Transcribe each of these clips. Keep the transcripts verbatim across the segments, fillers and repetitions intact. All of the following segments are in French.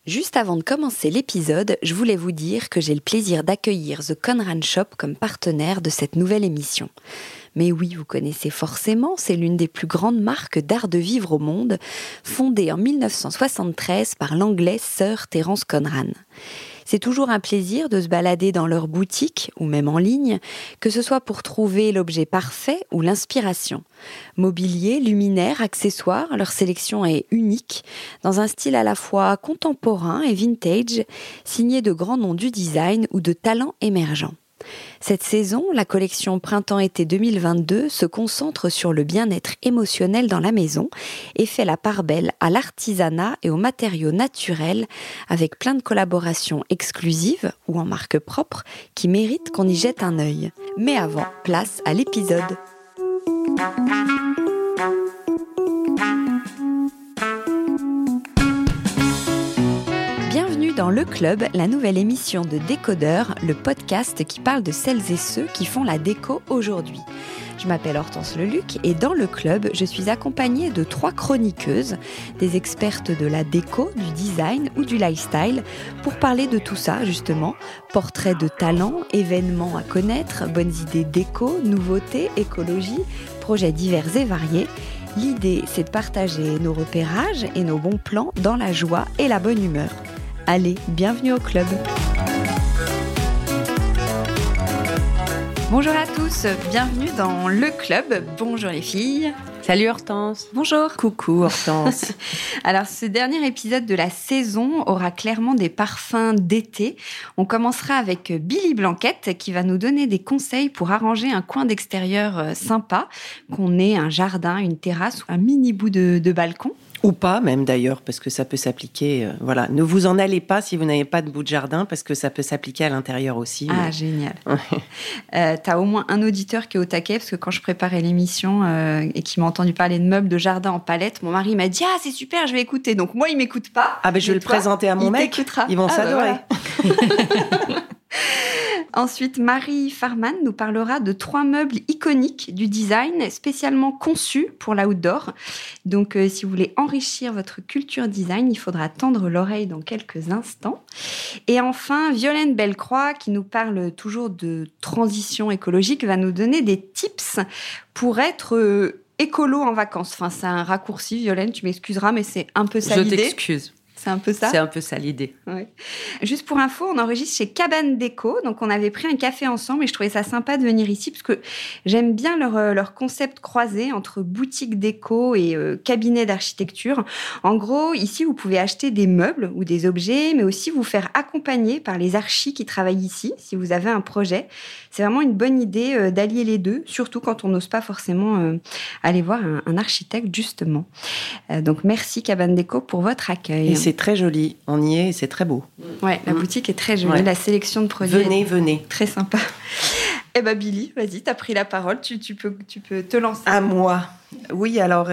Juste avant de commencer l'épisode, je voulais vous dire que j'ai le plaisir d'accueillir The Conran Shop comme partenaire de cette nouvelle émission. Mais oui, vous connaissez forcément, c'est l'une des plus grandes marques d'art de vivre au monde, fondée en dix-neuf cent soixante-treize par l'anglais Sir Terence Conran. C'est toujours un plaisir de se balader dans leur boutique, ou même en ligne, que ce soit pour trouver l'objet parfait ou l'inspiration. Mobilier, luminaires, accessoires, leur sélection est unique, dans un style à la fois contemporain et vintage, signé de grands noms du design ou de talents émergents. Cette saison, la collection Printemps-été deux mille vingt-deux se concentre sur le bien-être émotionnel dans la maison et fait la part belle à l'artisanat et aux matériaux naturels avec plein de collaborations exclusives ou en marque propre qui méritent qu'on y jette un œil. Mais avant, place à l'épisode. Bienvenue dans Le Club, la nouvelle émission de Décodeur, le podcast qui parle de celles et ceux qui font la déco aujourd'hui. Je m'appelle Hortense Leluc et dans Le Club, je suis accompagnée de trois chroniqueuses, des expertes de la déco, du design ou du lifestyle, pour parler de tout ça justement, portraits de talents, événements à connaître, bonnes idées déco, nouveautés, écologie, projets divers et variés. L'idée, c'est de partager nos repérages et nos bons plans dans la joie et la bonne humeur. Allez, bienvenue au club. Bonjour à tous, bienvenue dans le club. Bonjour les filles. Salut Hortense. Bonjour. Coucou Hortense. Alors ce dernier épisode de la saison aura clairement des parfums d'été. On commencera avec Billy Blanquette qui va nous donner des conseils pour arranger un coin d'extérieur sympa, qu'on ait un jardin, une terrasse ou un mini bout de, de balcon. Ou pas même d'ailleurs, parce que ça peut s'appliquer. Euh, voilà, ne vous en allez pas si vous n'avez pas de bout de jardin, parce que ça peut s'appliquer à l'intérieur aussi. Ah, mais... génial. euh, t'as au moins un auditeur qui est au taquet, parce que quand je préparais l'émission euh, et qui m'a entendu parler de meubles de jardin en palette, mon mari m'a dit « Ah, c'est super, je vais écouter ». Donc moi, il m'écoute pas. Ah ben je vais le toi, présenter à mon mec. T'écoutera. Ils vont ah, s'adorer. Bah voilà. Ensuite, Marie Farman nous parlera de trois meubles iconiques du design, spécialement conçus pour l'outdoor. Donc, euh, si vous voulez enrichir votre culture design, il faudra tendre l'oreille dans quelques instants. Et enfin, Violaine Bellecroix, qui nous parle toujours de transition écologique, va nous donner des tips pour être euh, écolo en vacances. Enfin, c'est un raccourci, Violaine, tu m'excuseras, mais c'est un peu ça Je l'idée. Je t'excuse. C'est un peu ça. C'est un peu ça l'idée. Ouais. Juste pour info, on enregistre chez Cabane Déco. Donc, on avait pris un café ensemble et je trouvais ça sympa de venir ici parce que j'aime bien leur, leur concept croisé entre boutique déco et euh, cabinet d'architecture. En gros, ici, vous pouvez acheter des meubles ou des objets, mais aussi vous faire accompagner par les archis qui travaillent ici, si vous avez un projet. C'est vraiment une bonne idée euh, d'allier les deux, surtout quand on n'ose pas forcément euh, aller voir un, un architecte, justement. Euh, donc, merci Cabane Déco pour votre accueil. Et c'est très joli. On y est et c'est très beau. Ouais, la mmh. boutique est très jolie. Ouais. La sélection de produits. Venez, venez. Très sympa. Eh ben Billy, vas-y, t'as pris la parole. Tu, tu, peux, tu peux te lancer. À moi. Oui, alors,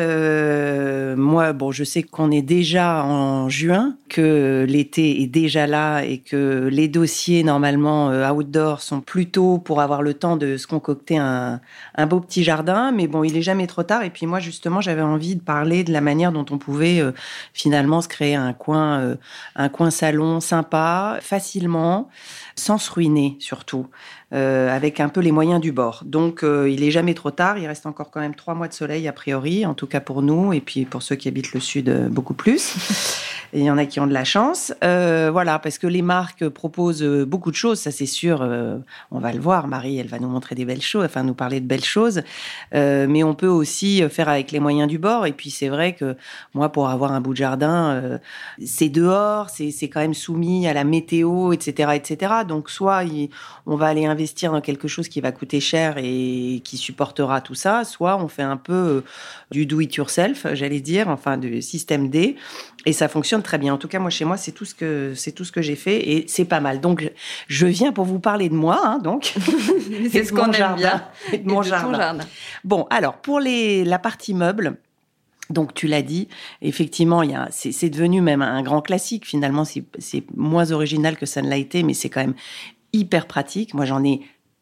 euh, moi, bon, je sais qu'on est déjà en juin, que l'été est déjà là et que les dossiers, normalement, euh, outdoor, sont plutôt pour avoir le temps de se concocter un, un beau petit jardin. Mais bon, il est jamais trop tard. Et puis moi, justement, j'avais envie de parler de la manière dont on pouvait euh, finalement se créer un coin, euh, un coin salon sympa, facilement, sans se ruiner, surtout. Euh, avec un peu les moyens du bord. Donc, euh, il est jamais trop tard. Il reste encore quand même trois mois de soleil, a priori, en tout cas pour nous, et puis pour ceux qui habitent le sud, euh, beaucoup plus. Et il y en a qui ont de la chance. Euh, voilà, parce que les marques proposent beaucoup de choses, ça c'est sûr. Euh, on va le voir, Marie, elle va nous montrer des belles choses, enfin nous parler de belles choses. Euh, mais on peut aussi faire avec les moyens du bord. Et puis c'est vrai que moi, pour avoir un bout de jardin, euh, c'est dehors, c'est, c'est quand même soumis à la météo, et cetera, et cetera. Donc soit il, on va aller investir dans quelque chose qui va coûter cher et qui supportera tout ça, soit on fait un peu du do-it-yourself, j'allais dire, enfin du système D. Et ça fonctionne très bien. En tout cas, moi, chez moi, c'est tout ce que, c'est tout ce que j'ai fait et c'est pas mal. Donc, je viens pour vous parler de moi, hein, donc. C'est ce qu'on aime bien. Et de mon et de jardin. Ton jardin. Bon, alors, pour les, la partie meubles, donc, tu l'as dit, effectivement, il y a, c'est, c'est devenu même un grand classique. Finalement, c'est, c'est moins original que ça ne l'a été, mais c'est quand même hyper pratique. Moi, j'en ai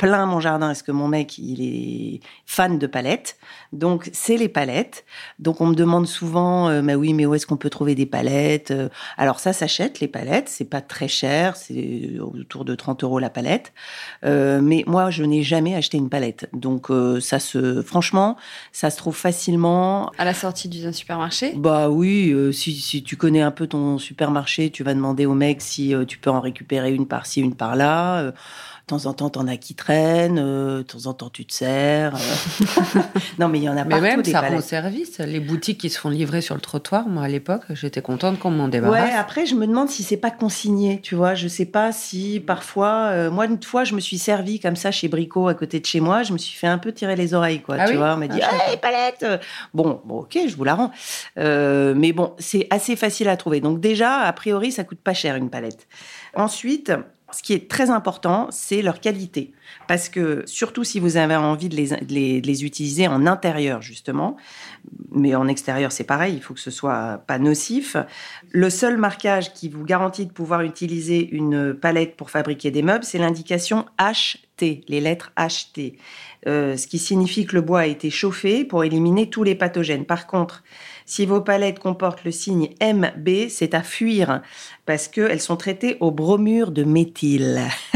plein mon jardin parce que mon mec, il est fan de palettes. Donc, c'est les palettes. Donc, on me demande souvent, euh, mais oui, mais où est-ce qu'on peut trouver des palettes? Alors, ça s'achète, les palettes. C'est pas très cher. C'est autour de trente euros la palette. Euh, mais moi, je n'ai jamais acheté une palette. Donc, euh, ça se, franchement, ça se trouve facilement. À la sortie d'un supermarché? Bah oui, euh, si, si tu connais un peu ton supermarché, tu vas demander au mec si euh, tu peux en récupérer une par-ci, une par-là. Euh, de temps en temps, t'en as qui traînent. Euh, de temps en temps, tu te sers. Euh. Non, mais il y en a mais partout même, des ça palettes. rend service. Les boutiques qui se font livrer sur le trottoir, moi, à l'époque, j'étais contente qu'on m'en débarrasse. Ouais, après, je me demande si c'est pas consigné, tu vois. Je sais pas si, parfois... Euh, moi, une fois, je me suis servie comme ça chez Brico, à côté de chez moi. Je me suis fait un peu tirer les oreilles, quoi. Ah tu oui vois, on m'a dit, ah, hey, palette. Bon, bon, ok, je vous la rends. Euh, mais bon, c'est assez facile à trouver. Donc déjà, a priori, ça coûte pas cher, une palette. Ensuite... Ce qui est très important, c'est leur qualité. Parce que, surtout si vous avez envie de les, de les, de les utiliser en intérieur, justement, mais en extérieur, c'est pareil, il faut que ce soit pas nocif. Le seul marquage qui vous garantit de pouvoir utiliser une palette pour fabriquer des meubles, c'est l'indication H T, les lettres H T. Euh, ce qui signifie que le bois a été chauffé pour éliminer tous les pathogènes. Par contre, si vos palettes comportent le signe M B, c'est à fuir parce qu'elles sont traitées au bromure de méthyle.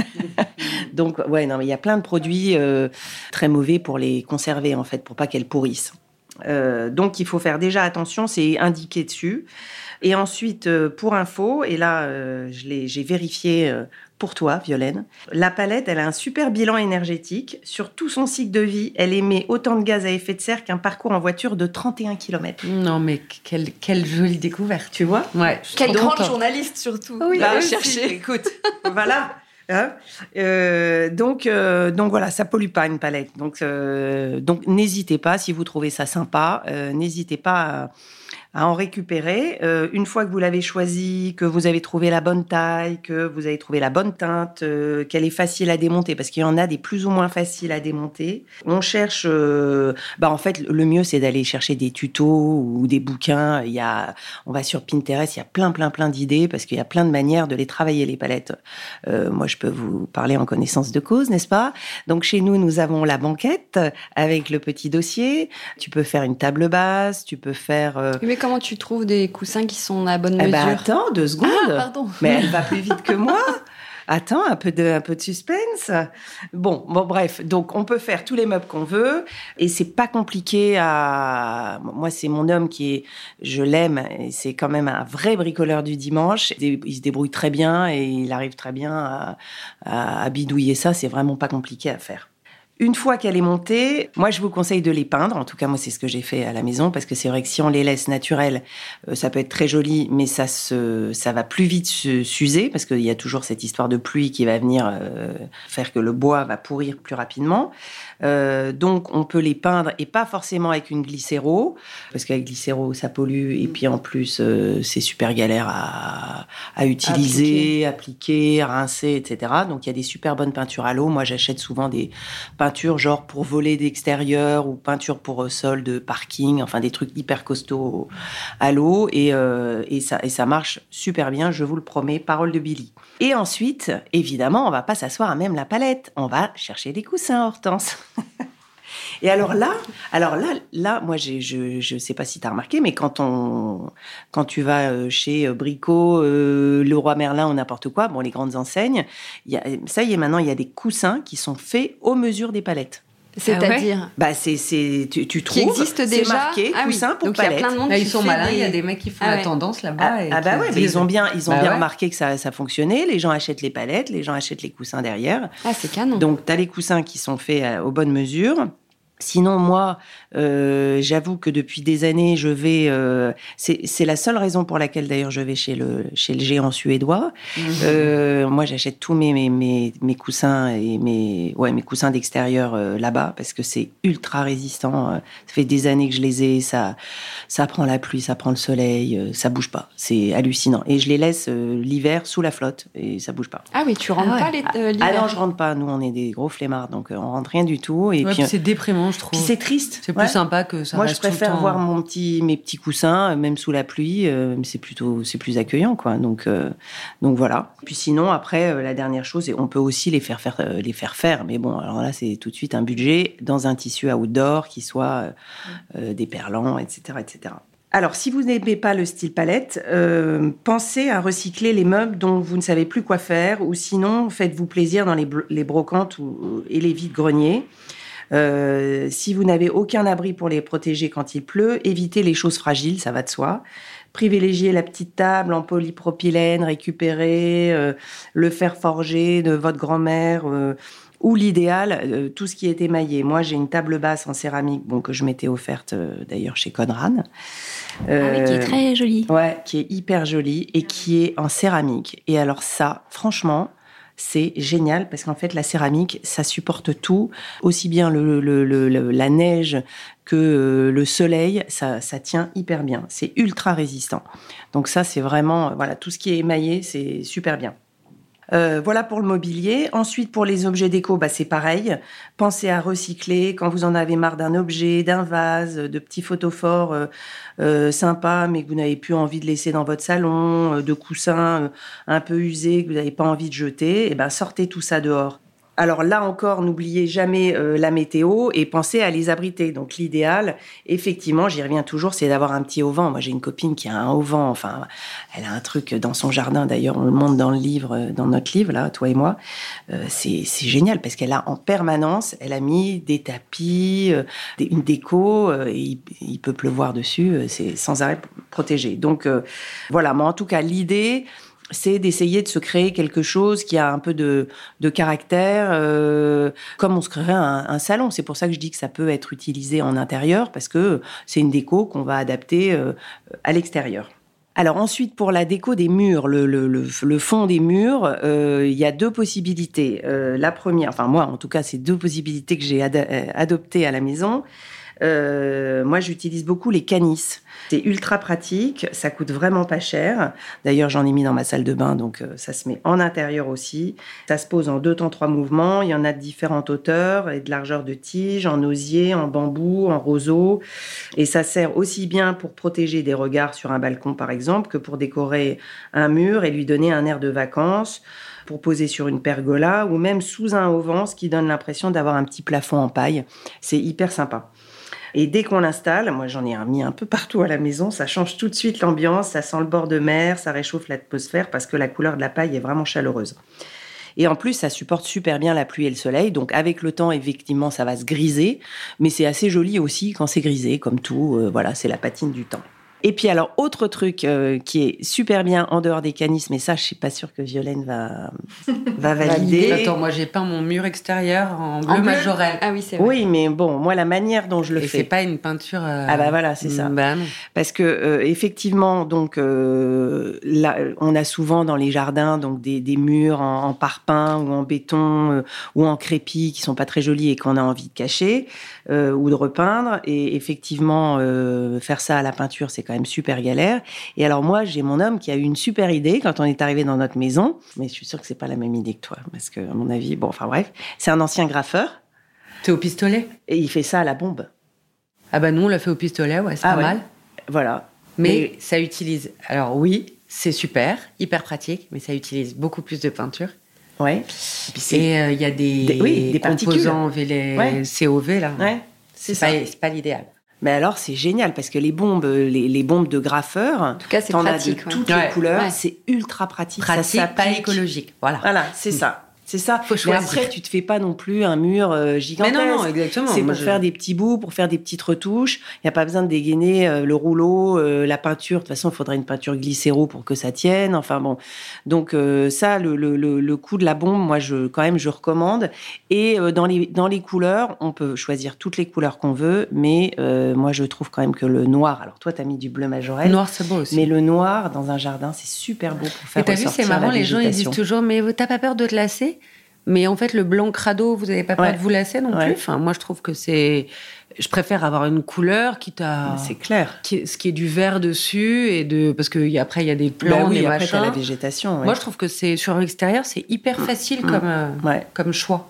Donc, ouais, non, mais il y a plein de produits euh, très mauvais pour les conserver, en fait, pour pas qu'elles pourrissent. Euh, donc, il faut faire déjà attention, c'est indiqué dessus. Et ensuite, euh, pour info, et là, euh, je l'ai, j'ai vérifié euh, pour toi, Violaine, la palette, elle a un super bilan énergétique. Sur tout son cycle de vie, elle émet autant de gaz à effet de serre qu'un parcours en voiture de trente et un kilomètres. Non, mais quelle, quelle jolie découverte. Tu vois ? Ouais. Quelle Donc, grande journaliste, surtout. Oui, va là, chercher. Écoute, voilà. Hein euh, donc, euh, donc voilà, ça pollue pas une palette. Donc, euh, donc n'hésitez pas, si vous trouvez ça sympa, euh, n'hésitez pas à, à en récupérer. Euh, une fois que vous l'avez choisi, que vous avez trouvé la bonne taille, que vous avez trouvé la bonne teinte, euh, qu'elle est facile à démonter, parce qu'il y en a des plus ou moins faciles à démonter. On cherche, euh, bah en fait, le mieux c'est d'aller chercher des tutos ou des bouquins. Il y a, on va sur Pinterest, il y a plein, plein, plein d'idées, parce qu'il y a plein de manières de les travailler les palettes. Euh, moi, je peux vous parler en connaissance de cause, n'est-ce pas ? Donc chez nous, nous avons la banquette avec le petit dossier. Tu peux faire une table basse, tu peux faire. Euh, Mais comment tu trouves des coussins qui sont à bonne Eh mesure ? ben attends, deux secondes. Ah, pardon. Mais elle va plus vite que moi. Attends, un peu de, un peu de suspense. Bon, bon, bref. Donc, on peut faire tous les meubles qu'on veut. Et c'est pas compliqué à, moi, c'est mon homme qui est, je l'aime. Et c'est quand même un vrai bricoleur du dimanche. Il se débrouille très bien et il arrive très bien à, à, à bidouiller ça. C'est vraiment pas compliqué à faire. Une fois qu'elle est montée, moi, je vous conseille de les peindre. En tout cas, moi, c'est ce que j'ai fait à la maison, parce que c'est vrai que si on les laisse naturelles, euh, ça peut être très joli, mais ça se, ça va plus vite se, s'user, parce qu'il y a toujours cette histoire de pluie qui va venir euh, faire que le bois va pourrir plus rapidement. Euh, donc, on peut les peindre, et pas forcément avec une glycéro, parce qu'avec glycéro, ça pollue, et puis en plus, euh, c'est super galère à, à utiliser, appliquer. appliquer, rincer, et cetera. Donc, il y a des super bonnes peintures à l'eau. Moi, j'achète souvent des peinture genre pour voler d'extérieur ou peinture pour sol de parking, enfin des trucs hyper costauds à l'eau et, euh, et, ça, et ça marche super bien, je vous le promets, parole de Billy. Et ensuite, évidemment, on va pas s'asseoir à même la palette, on va chercher des coussins, Hortense. Et alors là, alors là, là, moi, j'ai, je, je sais pas si tu as remarqué, mais quand on, quand tu vas chez Brico, euh, Leroy Merlin ou n'importe quoi, bon, les grandes enseignes, il y a, ça y est, maintenant, il y a des coussins qui sont faits aux mesures des palettes. C'est-à-dire ah ouais bah c'est c'est tu, tu trouves qui existe déjà, c'est marqué ah coussin oui. pour donc palette. Il y a plein de monde là, qui ils sont fait malins, des... il y a des mecs qui font ah la ouais. tendance là-bas. Ah, et ah bah ouais, mais ils ont bien ils ont bah bien ouais. remarqué que ça ça fonctionnait. Les gens achètent les palettes, les gens achètent les coussins derrière. Ah c'est canon. Donc t'as les coussins qui sont faits à, aux bonnes mesures. Sinon, moi, euh, j'avoue que depuis des années, je vais. Euh, c'est, c'est la seule raison pour laquelle, d'ailleurs, je vais chez le chez le géant suédois. Mmh. Euh, moi, j'achète tous mes mes mes, mes coussins et mes ouais mes coussins d'extérieur euh, là-bas parce que c'est ultra résistant. Ça fait des années que je les ai. Ça ça prend la pluie, ça prend le soleil, euh, ça bouge pas. C'est hallucinant. Et je les laisse euh, l'hiver sous la flotte et ça bouge pas. Ah oui, tu rentres ah pas ouais. les, euh, l'hiver. Ah non, je rentre pas. Nous, on est des gros flemmards, donc euh, on rentre rien du tout. Et ouais, puis c'est déprimant Non, je trouve. Puis c'est triste. C'est plus ouais. sympa que ça. Moi, reste je préfère tout le temps... voir mon petit, mes petits coussins, même sous la pluie. Euh, c'est plutôt, c'est plus accueillant, quoi. Donc, euh, donc voilà. Puis sinon, après, euh, la dernière chose, on peut aussi les faire faire, euh, les faire faire. Mais bon, alors là, c'est tout de suite un budget dans un tissu outdoor qui soit euh, déperlant, et cetera, et cetera. Alors, si vous n'aimez pas le style palette, euh, pensez à recycler les meubles dont vous ne savez plus quoi faire, ou sinon, faites-vous plaisir dans les, blo- les brocantes ou, et les vides-greniers. Euh, si vous n'avez aucun abri pour les protéger quand il pleut, évitez les choses fragiles, ça va de soi. Privilégiez la petite table en polypropylène récupérée, euh, le fer forgé de votre grand-mère... Euh, ou l'idéal, euh, tout ce qui est émaillé. Moi, j'ai une table basse en céramique, bon, que je m'étais offerte euh, d'ailleurs chez Conran. Euh, ah oui, qui est très jolie. Ouais, qui est hyper jolie et qui est en céramique. Et alors ça, franchement, c'est génial parce qu'en fait, la céramique, ça supporte tout, aussi bien le, le, le, le, la neige que euh, le soleil, ça, ça tient hyper bien. C'est ultra résistant. Donc ça, c'est vraiment, voilà, tout ce qui est émaillé, c'est super bien. Euh, voilà pour le mobilier. Ensuite, pour les objets déco, bah, c'est pareil. Pensez à recycler quand vous en avez marre d'un objet, d'un vase, de petits photophores euh, euh, sympas, mais que vous n'avez plus envie de laisser dans votre salon, euh, de coussins euh, un peu usés que vous n'avez pas envie de jeter. Et ben, sortez tout ça dehors. Alors là encore, n'oubliez jamais euh, la météo et pensez à les abriter. Donc l'idéal, effectivement, j'y reviens toujours, c'est d'avoir un petit auvent. Moi, j'ai une copine qui a un auvent. Enfin, elle a un truc dans son jardin. D'ailleurs, on le montre dans le livre, dans notre livre, là, toi et moi. Euh, c'est, c'est génial parce qu'elle a en permanence, elle a mis des tapis, euh, des, une déco. Euh, et il, il peut pleuvoir dessus. Euh, c'est sans arrêt protégé. Donc euh, voilà. Mais en tout cas, l'idée, c'est d'essayer de se créer quelque chose qui a un peu de, de caractère, euh, comme on se créerait un, un salon. C'est pour ça que je dis que ça peut être utilisé en intérieur, parce que c'est une déco qu'on va adapter euh, à l'extérieur. Alors ensuite, pour la déco des murs, le, le, le, le fond des murs, euh, il y a deux possibilités. Euh, la première, enfin moi en tout cas, c'est deux possibilités que j'ai ad- adoptées à la maison. Euh, moi, j'utilise beaucoup les canisses. C'est ultra pratique, ça coûte vraiment pas cher. D'ailleurs, j'en ai mis dans ma salle de bain, donc euh, ça se met en intérieur aussi. Ça se pose en deux temps, trois mouvements. Il y en a de différentes hauteurs et de largeur de tige, en osier, en bambou, en roseau. Et ça sert aussi bien pour protéger des regards sur un balcon, par exemple, que pour décorer un mur et lui donner un air de vacances, pour poser sur une pergola ou même sous un auvent, ce qui donne l'impression d'avoir un petit plafond en paille. C'est hyper sympa. Et dès qu'on l'installe, moi j'en ai mis un peu partout à la maison, ça change tout de suite l'ambiance, ça sent le bord de mer, ça réchauffe l'atmosphère parce que la couleur de la paille est vraiment chaleureuse. Et en plus, ça supporte super bien la pluie et le soleil. Donc avec le temps, effectivement, ça va se griser. Mais c'est assez joli aussi quand c'est grisé, comme tout. Euh, voilà, c'est la patine du temps. Et puis alors, autre truc euh, qui est super bien en dehors des canisses, mais ça, je suis pas sûre que Violaine va, va valider. Attends, moi, j'ai peint mon mur extérieur en bleu, En bleu majorel. Ah oui, c'est vrai. Oui, mais bon, moi, la manière dont je le Et fais... c'est pas une peinture... Euh... Ah bah voilà, c'est ça. Bah non. Parce que euh, effectivement, donc euh, là, on a souvent dans les jardins donc des, des murs en, en parpaing ou en béton euh, ou en crépi qui sont pas très jolis et qu'on a envie de cacher euh, ou de repeindre. Et effectivement, euh, faire ça à la peinture, c'est quand même super galère. Et alors moi, j'ai mon homme qui a eu une super idée quand on est arrivé dans notre maison, mais je suis sûre que c'est pas la même idée que toi, parce que à mon avis, bon, enfin bref, c'est un ancien graffeur. T'es au pistolet ? Et il fait ça à la bombe. Ah bah nous, on l'a fait au pistolet, ouais, c'est ah pas ouais. mal. Voilà. Mais, mais ça utilise... Alors oui, c'est super, hyper pratique, mais ça utilise beaucoup plus de peinture. Ouais. Et il euh, y a des, des, oui, des composants V L... ouais. C O V, là. Ouais, c'est, c'est ça. Pas, c'est pas l'idéal. Mais alors, c'est génial, parce que les bombes, les, les bombes de graffeurs, en tout cas, c'est t'en pratique, as de ouais. toutes ouais. les couleurs, ouais. c'est ultra pratique. Pratique, ça pas écologique. Voilà, voilà c'est mmh. ça. C'est ça. Faut choisir. Mais après, tu te fais pas non plus un mur euh, gigantesque. Mais non, non, exactement. C'est Moi, pour je... faire des petits bouts, pour faire des petites retouches. Il n'y a pas besoin de dégainer euh, le rouleau, euh, la peinture. De toute façon, il faudrait une peinture glycéro pour que ça tienne. Enfin bon. Donc euh, ça, le, le, le, le coup de la bombe, moi, je, quand même, je recommande. Et euh, dans les, dans les couleurs, on peut choisir toutes les couleurs qu'on veut. Mais euh, moi, je trouve quand même que le noir... Alors toi, tu as mis du bleu majorel. Noir, c'est beau aussi. Mais le noir, dans un jardin, c'est super beau pour faire ressortir la végétation. Et t'as vu, c'est marrant, les gens, ils disent toujours, mais t'as pas peur de te lasser ? Mais en fait, le blanc crado, vous n'avez pas peur ouais. de vous lasser non ouais. plus. Enfin, moi, je trouve que c'est... Je préfère avoir une couleur qui t'a... Mais c'est clair. Qui... Ce qui est du vert dessus, et de... parce qu'après, il y a des plants, bah oui, des après, machins. T'as la végétation. Ouais. Moi, je trouve que c'est sur l'extérieur, c'est hyper facile mmh. comme, euh, ouais. comme choix.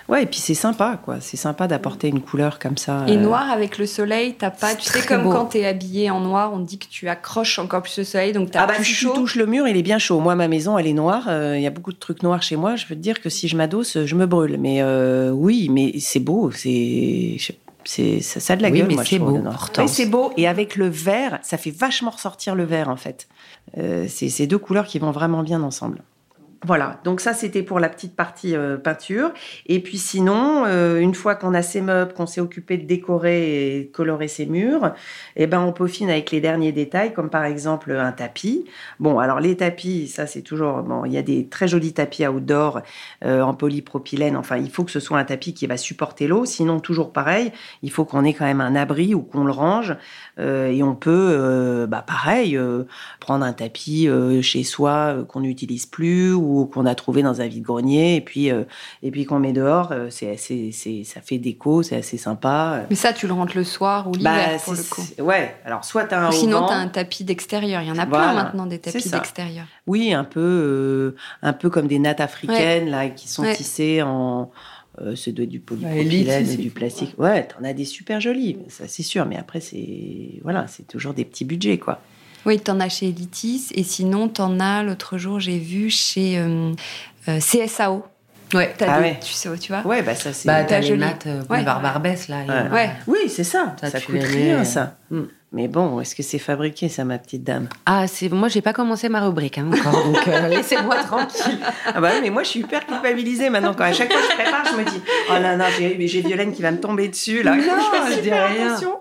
Ouais, et puis c'est sympa, quoi. C'est sympa d'apporter une couleur comme ça. Et euh... noir avec le soleil, t'as pas... Tu sais, comme beau. Quand t'es habillé en noir, on te dit que tu accroches encore plus le soleil, donc t'as ah bah, plus si chaud. tu touches le mur, il est bien chaud. Moi, ma maison, elle est noire. Il euh, y a beaucoup de trucs noirs chez moi. Je peux te dire que si je m'adosse, je me brûle. Mais euh, oui, mais c'est beau. C'est... C'est, ça, ça a de la oui, gueule, mais moi, c'est je trouve. beau. Oui, c'est beau. Et avec le vert, ça fait vachement ressortir le vert, en fait. Euh, c'est ces deux couleurs qui vont vraiment bien ensemble. Voilà, donc ça c'était pour la petite partie euh, peinture. Et puis sinon, euh, une fois qu'on a ces meubles, qu'on s'est occupé de décorer et de colorer ces murs, eh ben on peaufine avec les derniers détails, comme par exemple un tapis. Bon, alors les tapis, ça c'est toujours... Bon, il y a des très jolis tapis outdoor euh, en polypropylène. Enfin, il faut que ce soit un tapis qui va supporter l'eau. Sinon, toujours pareil, il faut qu'on ait quand même un abri ou qu'on le range. Euh, et on peut, euh, bah pareil, euh, prendre un tapis euh, chez soi euh, qu'on n'utilise plus ou qu'on a trouvé dans un vide-grenier et puis euh, et puis qu'on met dehors. Euh, c'est assez, c'est ça fait déco, c'est assez sympa. Mais ça, tu le rentres le soir ou l'hiver bah, pour le coup. Ouais. Alors soit t'as un. Ou sinon auvent, t'as un tapis d'extérieur. Il y en a voilà, plein maintenant des tapis d'extérieur. Oui, un peu, euh, un peu comme des nattes africaines ouais. là qui sont ouais. tissées en. Euh, ce doit être du polypropylène et du plastique. Ouais, t'en as des super jolis, ça c'est sûr. Mais après, c'est voilà, c'est toujours des petits budgets, quoi. Oui, t'en as chez Elitis. Et sinon, t'en as, l'autre jour, j'ai vu chez euh, euh, C S A O. Ouais, t'as ah des, ouais. Tu, sais, tu vois. Ouais, bah ça c'est. Bah t'as les nattes euh, boulevard ouais. Barbès là. Ouais. ouais. Oui, c'est ça. Ça, ça coûte rien, euh... ça. Mm. Mais bon, est-ce que c'est fabriqué, ça, ma petite dame? Ah, c'est moi, j'ai pas commencé ma rubrique hein, encore, donc euh, laissez-moi tranquille. Ah bah oui, mais moi, je suis hyper culpabilisée maintenant. Quand à chaque fois que je prépare, je me dis, oh non, non, j'ai, j'ai Violaine qui va me tomber dessus là. Non, je, je dis rien. Attention.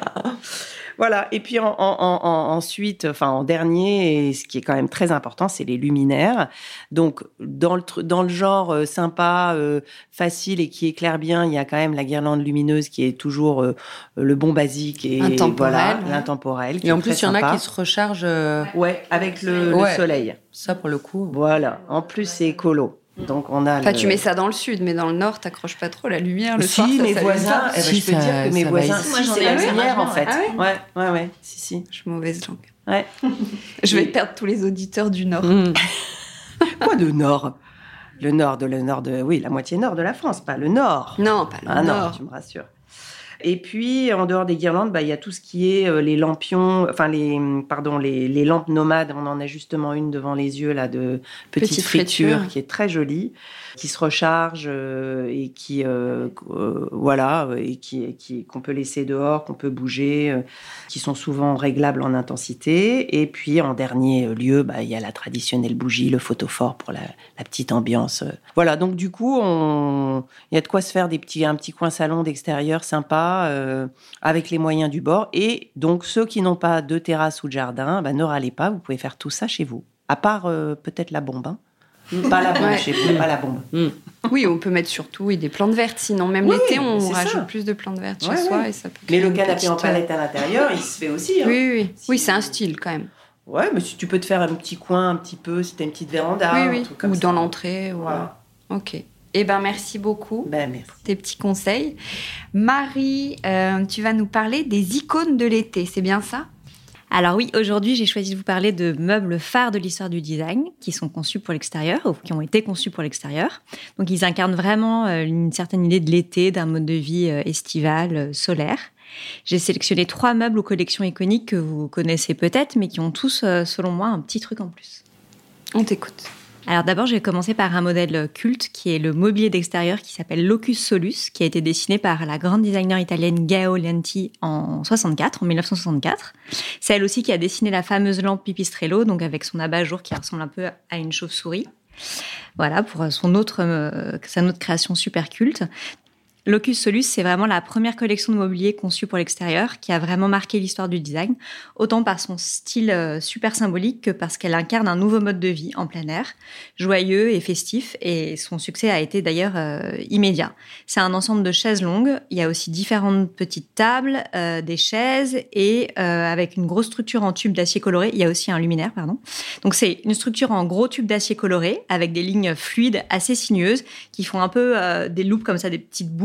Voilà, et puis en, en, en, ensuite, enfin en dernier, et ce qui est quand même très important, c'est les luminaires. Donc dans le, dans le genre euh, sympa, euh, facile et qui éclaire bien, il y a quand même la guirlande lumineuse qui est toujours euh, le bon basique et intemporel, voilà, ouais. l'intemporel. Et en plus, il y en a qui se rechargent. Euh... Ouais, avec le, ouais. le soleil. Ça pour le coup. Voilà. En plus, c'est écolo. Donc on a enfin, le... tu mets ça dans le sud, mais dans le nord, t'accroches pas trop la lumière. Le si, soir, ça mes voisins, eh ben, si, je peux ça, dire que mes voisins, si, moi, j'en ai la lumière en fait. Ah ouais, ouais, ouais, ouais, si, si. Je suis mauvaise langue. Ouais. Je vais Et... perdre tous les auditeurs du nord. Mmh. Quoi de nord? Le nord de le nord de, oui, la moitié nord de la France, pas le nord. Non, pas le ah, nord. Non, tu me rassures. Et puis, en dehors des guirlandes, bah, il y a tout ce qui est euh, les lampions, enfin, les, pardon, les, les lampes nomades. On en a justement une devant les yeux, là, de petite, petite friture, friture, qui est très jolie, qui se recharge euh, et qui, euh, euh, voilà, et qui, qui, qu'on peut laisser dehors, qu'on peut bouger, euh, qui sont souvent réglables en intensité. Et puis, en dernier lieu, bah, il y a la traditionnelle bougie, le photophore pour la, la petite ambiance. Voilà, donc du coup, on... il y a de quoi se faire des petits, un petit coin salon d'extérieur sympa, Euh, avec les moyens du bord. Et donc, ceux qui n'ont pas de terrasse ou de jardin, bah, ne râlez pas, vous pouvez faire tout ça chez vous. À part euh, peut-être la bombe. Hein. Pas la bombe ouais. chez vous, pas la bombe. Mm. Oui, on peut mettre surtout oui, des plantes vertes. Sinon, même oui, l'été, on rajoute ça. Plus de plantes vertes chez ouais, soi. Ouais. Et ça peut mais le canapé en palette à l'intérieur, il se fait aussi. Hein. Oui, oui. Si oui, c'est un style quand même. Ouais, mais si tu peux te faire un petit coin, un petit peu, si t'as une petite véranda. Oui, oui. Un truc comme ou ça. Dans l'entrée. Voilà. Ouais. Ok. Eh ben, merci beaucoup ben, merci. pour tes petits conseils. Marie, euh, tu vas nous parler des icônes de l'été, c'est bien ça ? Alors oui, aujourd'hui, j'ai choisi de vous parler de meubles phares de l'histoire du design qui sont conçus pour l'extérieur ou qui ont été conçus pour l'extérieur. Donc, ils incarnent vraiment euh, une certaine idée de l'été, d'un mode de vie euh, estival, euh, solaire. J'ai sélectionné trois meubles aux collections iconiques que vous connaissez peut-être, mais qui ont tous, euh, selon moi, un petit truc en plus. On t'écoute. Alors d'abord, je vais commencer par un modèle culte qui est le mobilier d'extérieur qui s'appelle Locus Solus, qui a été dessiné par la grande designer italienne Gao Lenti en soixante-quatre, en dix-neuf cent soixante-quatre. C'est elle aussi qui a dessiné la fameuse lampe Pipistrello, donc avec son abat-jour qui ressemble un peu à une chauve-souris. Voilà, pour son autre, euh, sa autre création super culte. Locus Solus, c'est vraiment la première collection de mobilier conçue pour l'extérieur qui a vraiment marqué l'histoire du design, autant par son style euh, super symbolique que parce qu'elle incarne un nouveau mode de vie en plein air, joyeux et festif, et son succès a été d'ailleurs euh, immédiat. C'est un ensemble de chaises longues, il y a aussi différentes petites tables, euh, des chaises, et euh, avec une grosse structure en tube d'acier coloré, il y a aussi un luminaire, pardon. Donc c'est une structure en gros tube d'acier coloré, avec des lignes fluides assez sinueuses, qui font un peu euh, des loupes comme ça, des petites boucles,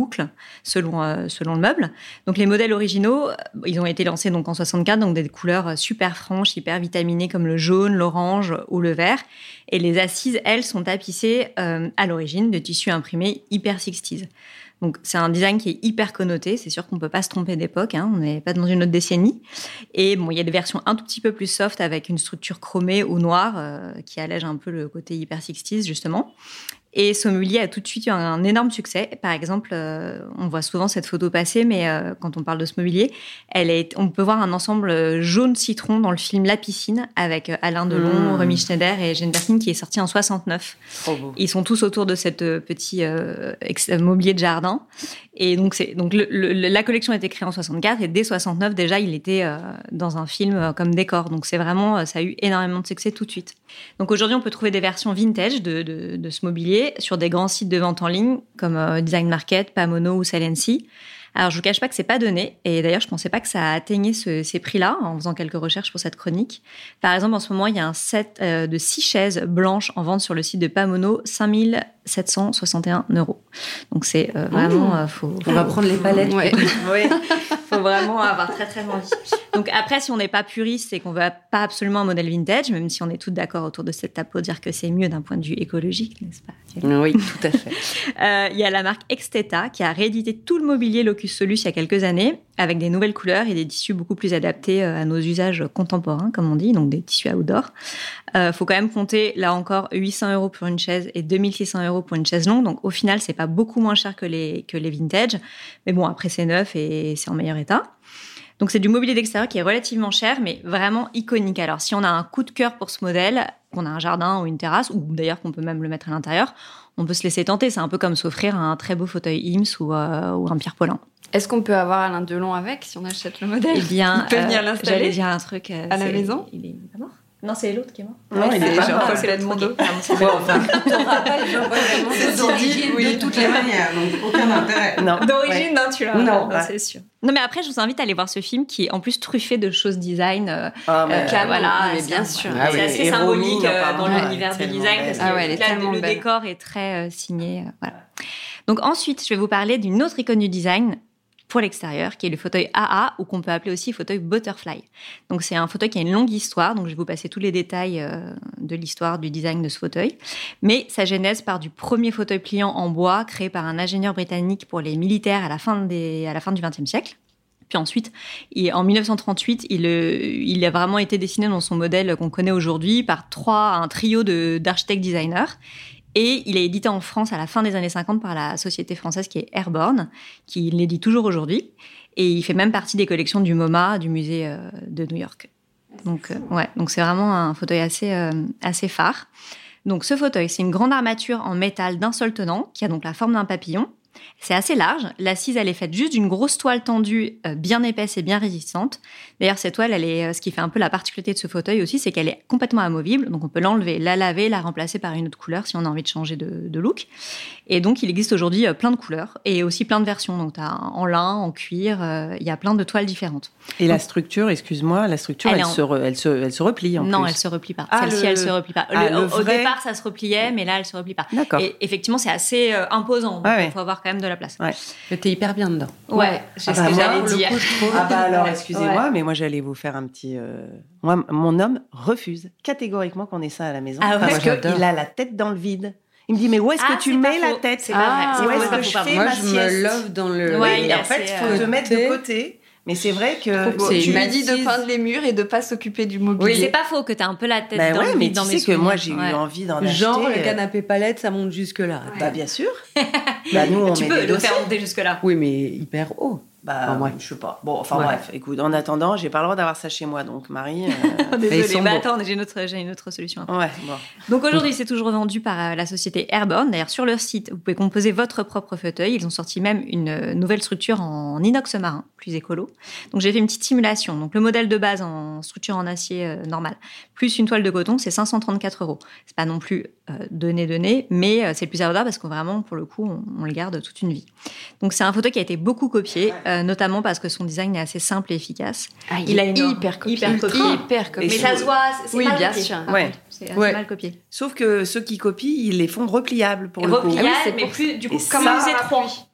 boucle selon euh, selon le meuble. Donc les modèles originaux, ils ont été lancés donc en soixante-quatre, donc des couleurs super franches, hyper vitaminées comme le jaune, l'orange ou le vert. Et les assises, elles, sont tapissées euh, à l'origine de tissus imprimés hyper sixties. Donc, c'est un design qui est hyper connoté. C'est sûr qu'on ne peut pas se tromper d'époque. Hein, on n'est pas dans une autre décennie. Et bon, il y a des versions un tout petit peu plus soft avec une structure chromée ou noire euh, qui allège un peu le côté hyper sixties, justement. Et ce mobilier a tout de suite eu un, un énorme succès. Par exemple, euh, on voit souvent cette photo passer, mais euh, quand on parle de ce mobilier, elle est, on peut voir un ensemble jaune citron dans le film La Piscine avec Alain Delon, mmh. Romy Schneider et Jane Birkin qui est sorti en soixante-neuf. Trop beau. Ils sont tous autour de cette petit euh, ex- mobilier de jardin. Et donc, c'est, donc le, le, la collection a été créée en soixante-quatre et dès soixante-neuf, déjà, il était euh, dans un film euh, comme décor. Donc, c'est vraiment, ça a eu énormément de succès tout de suite. Donc, aujourd'hui, on peut trouver des versions vintage de, de, de ce mobilier sur des grands sites de vente en ligne comme euh, Design Market, Pamono ou Sell and See. Alors, je vous cache pas que c'est pas donné. Et d'ailleurs, je pensais pas que ça atteignait ce, ces prix-là en faisant quelques recherches pour cette chronique. Par exemple, en ce moment, il y a un set euh, de six chaises blanches en vente sur le site de Pamono, cinq mille sept cent soixante et un euros. Donc, c'est euh, vraiment... Euh, faut, On va prendre les palettes. Ouais. Oui, faut vraiment avoir très, très envie. Donc, après, si on n'est pas puriste et qu'on veut pas absolument un modèle vintage, même si on est toutes d'accord autour de cette table pour dire que c'est mieux d'un point de vue écologique, n'est-ce pas? Oui, tout à fait. Euh, il y a la marque Exteta qui a réédité tout le mobilier Locus Solus il y a quelques années avec des nouvelles couleurs et des tissus beaucoup plus adaptés à nos usages contemporains, comme on dit, donc des tissus outdoor. Euh, faut quand même compter, là encore, huit cents euros pour une chaise et deux mille six cents euros pour une chaise longue. Donc, au final, c'est pas beaucoup moins cher que les, que les vintage. Mais bon, après, c'est neuf et c'est en meilleur état. Donc, c'est du mobilier d'extérieur qui est relativement cher, mais vraiment iconique. Alors, si on a un coup de cœur pour ce modèle, qu'on a un jardin ou une terrasse, ou d'ailleurs qu'on peut même le mettre à l'intérieur, on peut se laisser tenter. C'est un peu comme s'offrir un très beau fauteuil Eames ou, euh, ou un Pierre Paulin. Est-ce qu'on peut avoir Alain Delon avec si on achète le modèle? Eh bien, il peut venir euh, l'installer. J'allais dire un truc. Euh, à la maison. Il est pas mort. Non, c'est l'autre qui est mort. Non, ouais, il est Jean-Paul pas Belmondo. Ouais, enfin, tu n'auras pas les Jean-Paul Belmondo d'origine oui, de toutes les manières, donc aucun intérêt. Non. D'origine, Ouais. non, tu l'as. Non, Non, ouais. c'est sûr. Non, mais après, je vous invite à aller voir ce film qui est en plus truffé de choses design. Euh, Ah, mais, euh, Canon, voilà, mais c'est bien un- sûr. Ah c'est oui, assez et symbolique Romy, euh, pardon, dans ouais, l'univers du tellement design belle. parce que Ah ouais, elle est là, tellement le belle. décor est très euh, signé. Euh, voilà. Donc ensuite, je vais vous parler d'une autre icône du design pour l'extérieur, qui est le fauteuil A A, ou qu'on peut appeler aussi fauteuil Butterfly. Donc, c'est un fauteuil qui a une longue histoire, donc je vais vous passer tous les détails euh, de l'histoire du design de ce fauteuil. Mais sa genèse part du premier fauteuil pliant en bois créé par un ingénieur britannique pour les militaires à la fin, des, à la fin du vingtième siècle. Puis ensuite, il, en dix-neuf cent trente-huit, il, il a vraiment été dessiné dans son modèle qu'on connaît aujourd'hui par trois, un trio de, d'architectes designers. Et il est édité en France à la fin des années cinquante par la société française qui est Airborne, qui l'édite toujours aujourd'hui. Et il fait même partie des collections du MoMA, du musée euh, de New York. Donc, euh, ouais, donc c'est vraiment un fauteuil assez, euh, assez phare. Donc ce fauteuil, c'est une grande armature en métal d'un seul tenant, qui a donc la forme d'un papillon. C'est assez large. L'assise, elle est faite juste d'une grosse toile tendue, euh, bien épaisse et bien résistante. D'ailleurs, cette toile, elle est, euh, ce qui fait un peu la particularité de ce fauteuil aussi, c'est qu'elle est complètement amovible. Donc, on peut l'enlever, la laver, la remplacer par une autre couleur si on a envie de changer de, de look. Et donc, il existe aujourd'hui euh, plein de couleurs et aussi plein de versions. Donc, tu as en lin, en cuir, euh, il y a plein de toiles différentes. Et la structure, excuse-moi, la structure, Elle elle, est en- se, re- elle, se, elle se replie en non, plus. elle se replie pas. Ah, Celle-ci, le- elle se replie pas. Ah, Le- le au, au vrai- départ, ça se repliait, mais là, elle se replie pas. D'accord. Et effectivement, c'est assez euh, imposant. Donc, Ah il ouais. faut avoir quand même de la place. Ouais. Mais t'es hyper bien dedans. Ouais, c'est Ah ce bah que moi, j'allais pour le dire. coup, je trouve. Ah bah alors, Ouais. excusez-moi, Ouais. mais moi j'allais vous faire un petit... euh, Moi, mon homme refuse catégoriquement qu'on ait ça à la maison. Ah ouais, parce moi, j'adore. qu'il a la tête dans le vide. Il me dit, mais où est-ce Ah, que tu c'est mets pas la faux. tête C'est pas vrai. Ah, C'est où faux, est-ce c'est que pas je faux, fais Moi, ma je me sieste love dans le. Ouais, Oui, il est en fait, assez, il faut euh, te mettre côté. de côté. Mais c'est vrai que... trouve que Bon, c'est tu une lui dis de assise. peindre les murs et de pas s'occuper du Oui, mobilier. c'est pas faux que t'as un peu la tête Bah dans ouais, le mais vide dans tu mes sais que moi, j'ai souvenirs. eu Ouais. envie d'en acheter. Genre, le euh, canapé palette, ça monte jusque-là. Bah bien sûr. Bah nous, on Tu met peux des le dossiers. faire monter jusque-là. Oui, mais hyper haut. Bah, Enfin, bref. je sais pas. Bon, enfin Ouais. bref, écoute, en attendant, j'ai pas le droit d'avoir ça chez moi, donc Marie... euh, Mais ils Désolée, sont bah beaux. attends, j'ai une autre, j'ai une autre solution. Ouais, bon. Donc aujourd'hui, c'est toujours vendu par euh, la société Airborne. D'ailleurs, sur leur site, vous pouvez composer votre propre fauteuil. Ils ont sorti même une euh, nouvelle structure en inox marin, plus écolo. Donc j'ai fait une petite simulation. Donc le modèle de base en structure en acier euh, normal, plus une toile de coton, c'est cinq cent trente-quatre euros. C'est pas non plus euh, donné donné, mais euh, c'est le plus abordable parce que vraiment, pour le coup, on, on le garde toute une vie. Donc c'est un fauteuil qui a été beaucoup copié, euh, notamment parce que son design est assez simple et efficace. Ah, Il a une hyper copié. hyper copié. Hyper copié. Mais Et ça sur- se voit, c'est Oui, mal bien copié. sûr. par Ouais. contre. C'est assez Ouais. mal copié. Sauf que ceux qui copient, ils les font repliables pour le coup. Repliable, Ah oui, c'est mais pour plus, du coup, Et comme ça, plus étroit.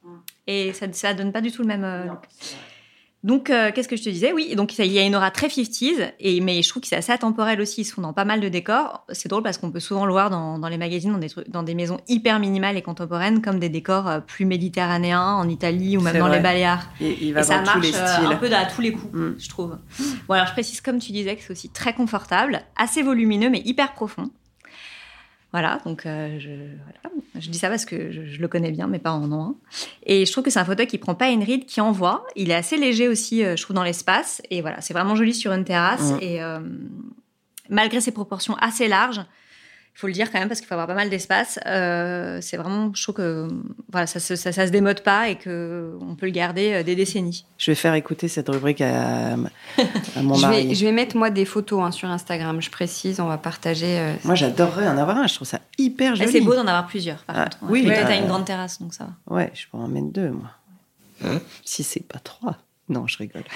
Et ça, ça donne pas du tout le même. Euh... Donc, euh, qu'est-ce que je te disais ? Oui, donc il y a une aura très cinquantaine, et mais je trouve que c'est assez atemporel aussi. Ils se font dans pas mal de décors. C'est drôle parce qu'on peut souvent le voir dans, dans les magazines, dans des trucs, dans des maisons hyper minimales et contemporaines, comme des décors euh, plus méditerranéens en Italie ou même c'est dans vrai. les Baléares. Et, il va et ça dans marche tous les euh, styles. un peu à tous les coups, mm. je trouve. Bon, alors je précise, comme tu disais, que c'est aussi très confortable, assez volumineux, mais hyper profond. Voilà, donc euh, je, voilà. je dis ça parce que je, je le connais bien, mes parents en ont un. Et je trouve que c'est un fauteuil qui prend pas une ride, qui envoie. Il est assez léger aussi, euh, je trouve, dans l'espace. Et voilà, c'est vraiment joli sur une terrasse. Mmh. Et euh, malgré ses proportions assez larges, il faut le dire quand même parce qu'il faut avoir pas mal d'espace. Euh, c'est vraiment, je trouve que voilà, ça, ça, ça, ça se démode pas et que on peut le garder des décennies. Je vais faire écouter cette rubrique à, à mon je mari. Vais, je vais mettre moi des photos hein, sur Instagram. Je précise, on va partager. Euh, moi, j'adorerais en avoir un. Je trouve ça hyper joli. Et c'est beau d'en avoir plusieurs. Par ah, contre, oui, peut-être bah, t'as une grande terrasse, donc ça va. Ouais, je pourrais en mettre deux, moi. Hein si c'est pas trois. Non, je rigole.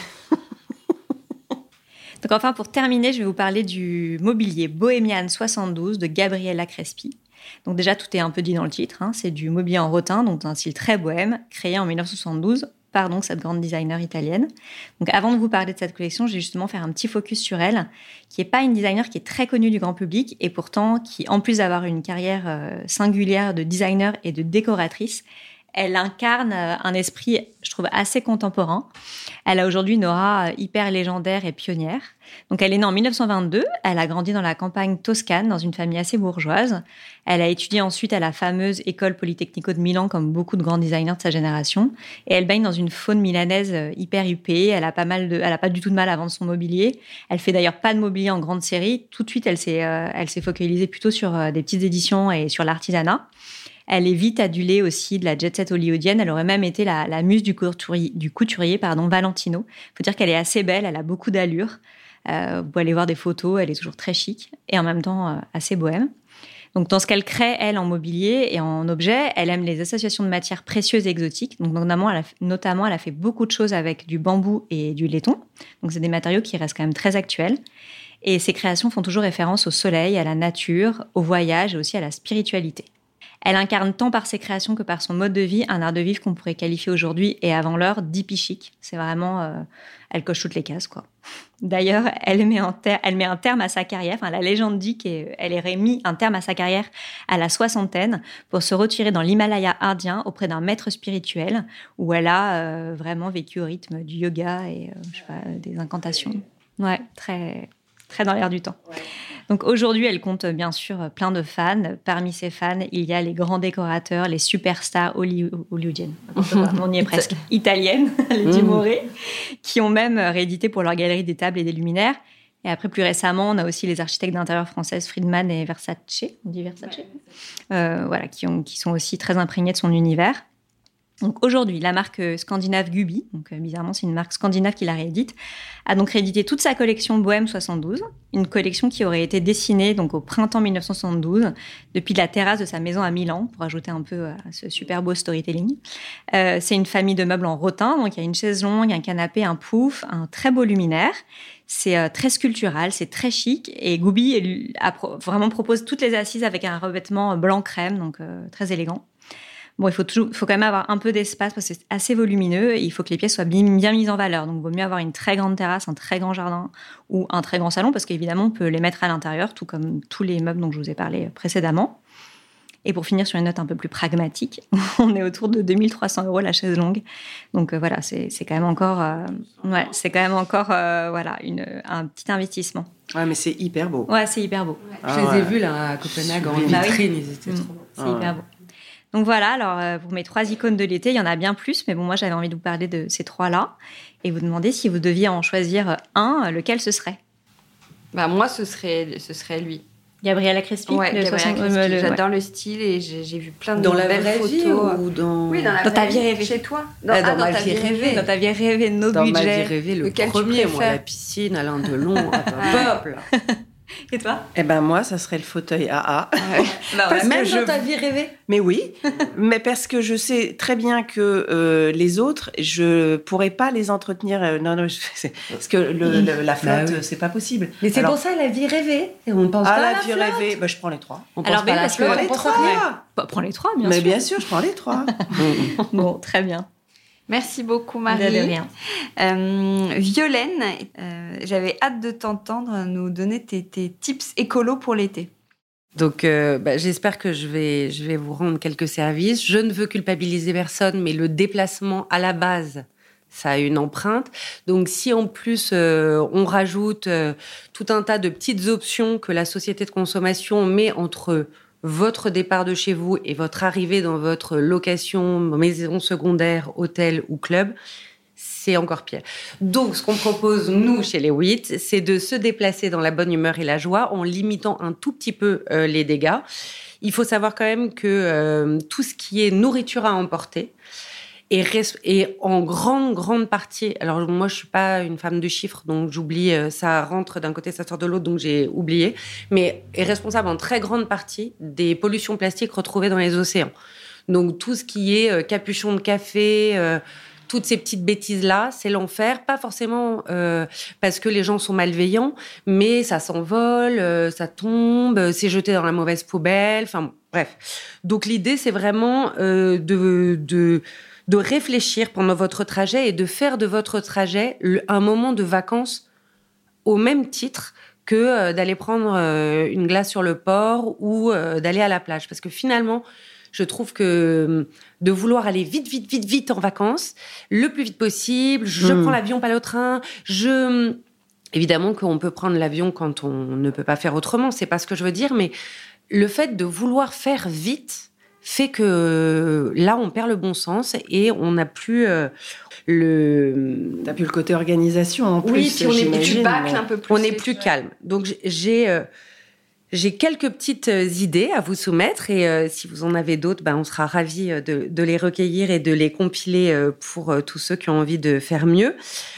Donc enfin, pour terminer, je vais vous parler du mobilier Bohemian soixante-douze de Gabriella Crespi. Donc déjà, tout est un peu dit dans le titre. Hein. C'est du mobilier en rotin, donc un style très bohème, créé en dix-neuf cent soixante-douze par donc cette grande designer italienne. Donc avant de vous parler de cette collection, je vais justement faire un petit focus sur elle, qui n'est pas une designer qui est très connue du grand public, et pourtant qui, en plus d'avoir une carrière euh, singulière de designer et de décoratrice, elle incarne un esprit, je trouve, assez contemporain. Elle a aujourd'hui une aura hyper légendaire et pionnière. Donc, elle est née en dix-neuf cent vingt-deux. Elle a grandi dans la campagne toscane, dans une famille assez bourgeoise. Elle a étudié ensuite à la fameuse École Politecnico de Milan, comme beaucoup de grands designers de sa génération. Et elle baigne dans une faune milanaise hyper huppée. Elle a pas mal de, elle a pas du tout de mal à vendre son mobilier. Elle fait d'ailleurs pas de mobilier en grande série. Tout de suite, elle s'est, euh, elle s'est focalisée plutôt sur euh, des petites éditions et sur l'artisanat. Elle est vite adulée aussi de la jet-set hollywoodienne. Elle aurait même été la, la muse du couturier, du couturier pardon, Valentino. Il faut dire qu'elle est assez belle, elle a beaucoup d'allure. Euh, vous pouvez aller voir des photos, elle est toujours très chic et en même temps euh, assez bohème. Donc, dans ce qu'elle crée, elle, en mobilier et en objets, elle aime les associations de matières précieuses et exotiques. Donc, notamment elle, a, notamment, elle a fait beaucoup de choses avec du bambou et du laiton. Donc, c'est des matériaux qui restent quand même très actuels. Et ses créations font toujours référence au soleil, à la nature, au voyage et aussi à la spiritualité. Elle incarne tant par ses créations que par son mode de vie un art de vivre qu'on pourrait qualifier aujourd'hui et avant l'heure d'hippie chic. C'est vraiment... Euh, elle coche toutes les cases, quoi. D'ailleurs, elle met, en ter- elle met un terme à sa carrière. Enfin, la légende dit qu'elle aurait mis un terme à sa carrière à la soixantaine pour se retirer dans l'Himalaya indien auprès d'un maître spirituel où elle a euh, vraiment vécu au rythme du yoga et euh, je sais pas, des incantations. Ouais, très, très dans l'air du temps. Ouais. Donc aujourd'hui, elle compte bien sûr plein de fans. Parmi ses fans, il y a les grands décorateurs, les superstars holly- hollywoodiennes, on y est presque, italiennes, les Dumoré, qui ont même réédité pour leur galerie des tables et des luminaires. Et après, plus récemment, on a aussi les architectes d'intérieur françaises Friedman et Versace, on dit Versace, euh, voilà, qui, ont, qui sont aussi très imprégnés de son univers. Donc aujourd'hui, la marque scandinave Gubi, donc bizarrement c'est une marque scandinave qui la réédite, a donc réédité toute sa collection Bohème soixante-douze, une collection qui aurait été dessinée donc au printemps dix-neuf cent soixante-douze depuis la terrasse de sa maison à Milan, pour ajouter un peu à ce super beau storytelling. Euh, c'est une famille de meubles en rotin, donc il y a une chaise longue, un canapé, un pouf, un très beau luminaire. C'est euh, très sculptural, c'est très chic, et Gubi a pro- vraiment propose toutes les assises avec un revêtement blanc crème, donc euh, très élégant. Bon, il faut, toujours, il faut quand même avoir un peu d'espace parce que c'est assez volumineux et il faut que les pièces soient bien, bien mises en valeur. Donc, il vaut mieux avoir une très grande terrasse, un très grand jardin ou un très grand salon parce qu'évidemment, on peut les mettre à l'intérieur, tout comme tous les meubles dont je vous ai parlé précédemment. Et pour finir sur une note un peu plus pragmatique, on est autour de deux mille trois cents euros la chaise longue. Donc, euh, voilà, c'est, c'est quand même encore, euh, ouais, c'est quand même encore euh, voilà, une, un petit investissement. Ouais, mais c'est hyper beau. Ouais, c'est hyper beau. Ouais. Ah, je les ai ouais. vus là, à Copenhague en vitrine, bah oui. Ils étaient mmh. trop beaux. C'est ah, hyper ouais. beau. Donc voilà, alors euh, pour mes trois icônes de l'été, il y en a bien plus, mais bon, moi j'avais envie de vous parler de ces trois-là et vous demander si vous deviez en choisir un, lequel ce serait. Bah moi, ce serait, ce serait lui. Gabriella Crespi. Ouais, Gabriella soixante... Crespi. Euh, le... J'adore ouais. le style et j'ai, j'ai vu plein de dans belles la vraie photos. Vie ou dans... Oui, dans, la dans ta vie vie rêvée. Chez toi. Dans, ah, dans, dans ma vie rêvée. Dans ta vie rêvée, nos dans budgets. Dans ma vie rêvée, le Lequel premier, moi, la piscine, Alain Delon, un peuple. Et toi ? Eh ben moi, ça serait le fauteuil A A. Ouais. bah, ouais. Même je... dans ta vie rêvée ? Mais oui, mais parce que je sais très bien que euh, les autres, je pourrais pas les entretenir. Euh, non, non, je... parce que le, le, la flotte, bah oui. c'est pas possible. Mais c'est Alors... pour ça la vie rêvée. Et on ne pense ah, pas à la, la vie flotte. rêvée. Bah, je prends les trois. On Alors, pense pas à la parce flotte, que les on pense trois. à rien. Bah, prends les trois, bien mais sûr. Mais bien sûr, je prends les trois. Bon, très bien. Merci beaucoup, Marie. De rien. Euh, Violaine, euh, j'avais hâte de t'entendre nous donner tes, tes tips écolos pour l'été. Donc, euh, bah, j'espère que je vais, je vais vous rendre quelques services. Je ne veux culpabiliser personne, mais le déplacement à la base, ça a une empreinte. Donc, si en plus, euh, on rajoute euh, tout un tas de petites options que la société de consommation met entre votre départ de chez vous et votre arrivée dans votre location, maison secondaire, hôtel ou club, c'est encore pire. Donc, ce qu'on propose, nous, chez les huit, c'est de se déplacer dans la bonne humeur et la joie en limitant un tout petit peu euh, les dégâts. Il faut savoir quand même que euh, tout ce qui est nourriture à emporter est, res- est en grande, grande partie... Alors, moi, je suis pas une femme de chiffres, donc j'oublie, euh, ça rentre d'un côté, ça sort de l'autre, donc j'ai oublié, mais est responsable en très grande partie des pollutions plastiques retrouvées dans les océans. Donc, tout ce qui est euh, capuchon de café... Euh, toutes ces petites bêtises-là, c'est l'enfer. Pas forcément euh, parce que les gens sont malveillants, mais ça s'envole, euh, ça tombe, c'est jeté dans la mauvaise poubelle. Enfin, bon, bref. Donc, l'idée, c'est vraiment euh, de, de, de réfléchir pendant votre trajet et de faire de votre trajet un moment de vacances au même titre que euh, d'aller prendre euh, une glace sur le port ou euh, d'aller à la plage. Parce que finalement... Je trouve que de vouloir aller vite, vite, vite, vite en vacances, le plus vite possible, je mmh. prends l'avion, pas le train, je... Évidemment qu'on peut prendre l'avion quand on ne peut pas faire autrement, c'est pas ce que je veux dire, mais le fait de vouloir faire vite fait que là, on perd le bon sens et on n'a plus euh, le... T'as plus le côté organisation en plus, oui, puis on est tu bâcles un peu plus. On est plus calme. Donc, j'ai... Euh, J'ai quelques petites idées à vous soumettre et euh, si vous en avez d'autres, ben, on sera ravis de, de les recueillir et de les compiler pour euh, tous ceux qui ont envie de faire mieux.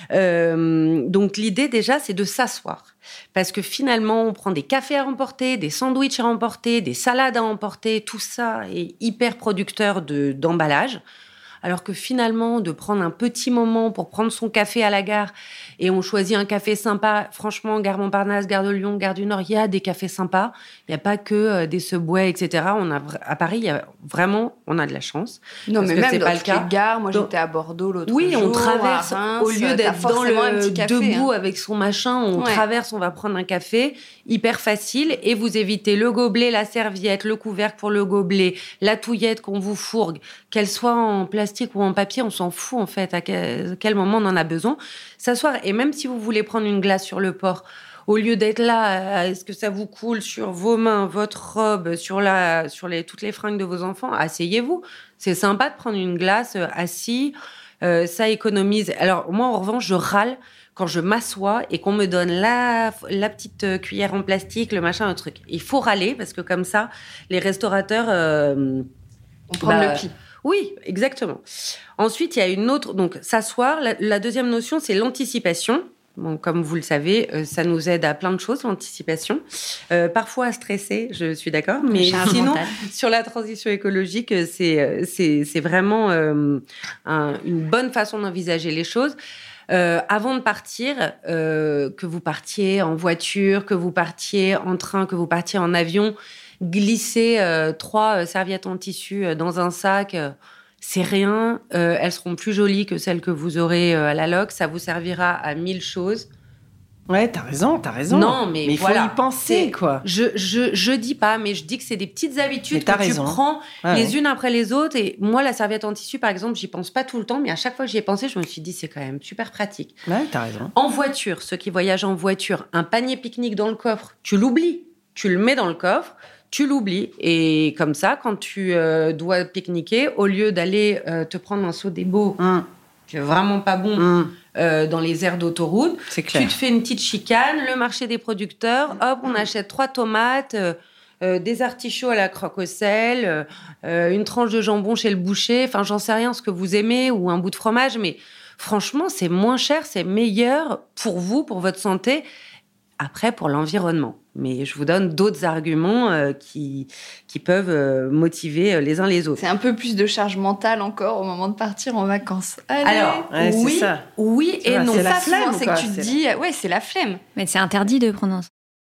Euh, donc l'idée déjà, c'est de s'asseoir. Parce que finalement, on prend des cafés à emporter, des sandwichs à emporter, des salades à emporter, tout ça est hyper producteur de, d'emballage. Alors que finalement, de prendre un petit moment pour prendre son café à la gare et on choisit un café sympa, franchement, gare Montparnasse, gare de Lyon, gare du Nord, il y a des cafés sympas. Il n'y a pas que euh, des Subway, et cetera. On a, à Paris, il y a vraiment, on a de la chance. Non, mais même c'est dans pas toutes le cas. les gares, moi Donc, j'étais à Bordeaux l'autre oui, jour. Oui, on traverse, à Reims, au lieu d'être dans le café, debout hein. avec son machin, on ouais. traverse, on va prendre un café, hyper facile, et vous évitez le gobelet, la serviette, le couvercle pour le gobelet, la touillette qu'on vous fourgue, qu'elle soit en plastique ou en papier, on s'en fout en fait, à quel, quel moment on en a besoin. S'asseoir, et même si vous voulez prendre une glace sur le port, au lieu d'être là, est-ce que ça vous coule sur vos mains, votre robe, sur, la, sur les, toutes les fringues de vos enfants, asseyez-vous. C'est sympa de prendre une glace euh, assis, euh, ça économise. Alors moi, en revanche, je râle quand je m'assois et qu'on me donne la, la petite cuillère en plastique, le machin, le truc. Il faut râler, parce que comme ça, les restaurateurs... Euh, on prend bah, le pli. Oui, exactement. Ensuite, il y a une autre... Donc, s'asseoir. La, la deuxième notion, c'est l'anticipation. Bon, comme vous le savez, euh, ça nous aide à plein de choses, l'anticipation. Euh, parfois à stresser, je suis d'accord. Mais sinon, mentale. Sur la transition écologique, c'est, c'est, c'est vraiment euh, un, une bonne façon d'envisager les choses. Euh, avant de partir, euh, que vous partiez en voiture, que vous partiez en train, que vous partiez en avion... Glisser euh, trois serviettes en tissu euh, dans un sac, euh, c'est rien. Euh, elles seront plus jolies que celles que vous aurez euh, à la loc. Ça vous servira à mille choses. Ouais, t'as raison, t'as raison. Non, mais, mais il voilà. faut y penser, quoi. Je, je, je dis pas, mais je dis que c'est des petites habitudes que raison. tu prends ouais, les ouais. unes après les autres. Et moi, la serviette en tissu, par exemple, j'y pense pas tout le temps, mais à chaque fois que j'y ai pensé, je me suis dit, c'est quand même super pratique. Ouais, t'as raison. En voiture, ceux qui voyagent en voiture, un panier pique-nique dans le coffre, tu l'oublies. Tu le mets dans le coffre. Tu l'oublies. Et comme ça, quand tu euh, dois pique-niquer, au lieu d'aller euh, te prendre un seau d'ébo, mmh. qui est vraiment pas bon, mmh. euh, dans les aires d'autoroute, c'est clair. Tu te fais une petite chicane, le marché des producteurs, hop, on achète trois tomates, euh, euh, des artichauts à la croque au sel, euh, une tranche de jambon chez le boucher, enfin, j'en sais rien, ce que vous aimez, ou un bout de fromage, mais franchement, c'est moins cher, c'est meilleur pour vous, pour votre santé, après, pour l'environnement. Mais je vous donne d'autres arguments euh, qui, qui peuvent euh, motiver les uns les autres. C'est un peu plus de charge mentale encore au moment de partir en vacances. Allez. Alors, ouais, oui, c'est ça. oui et vois, non. C'est la ça, flemme, souvent, c'est quoi, que tu te c'est dis, ouais, c'est la flemme. Mais c'est interdit de prendre un...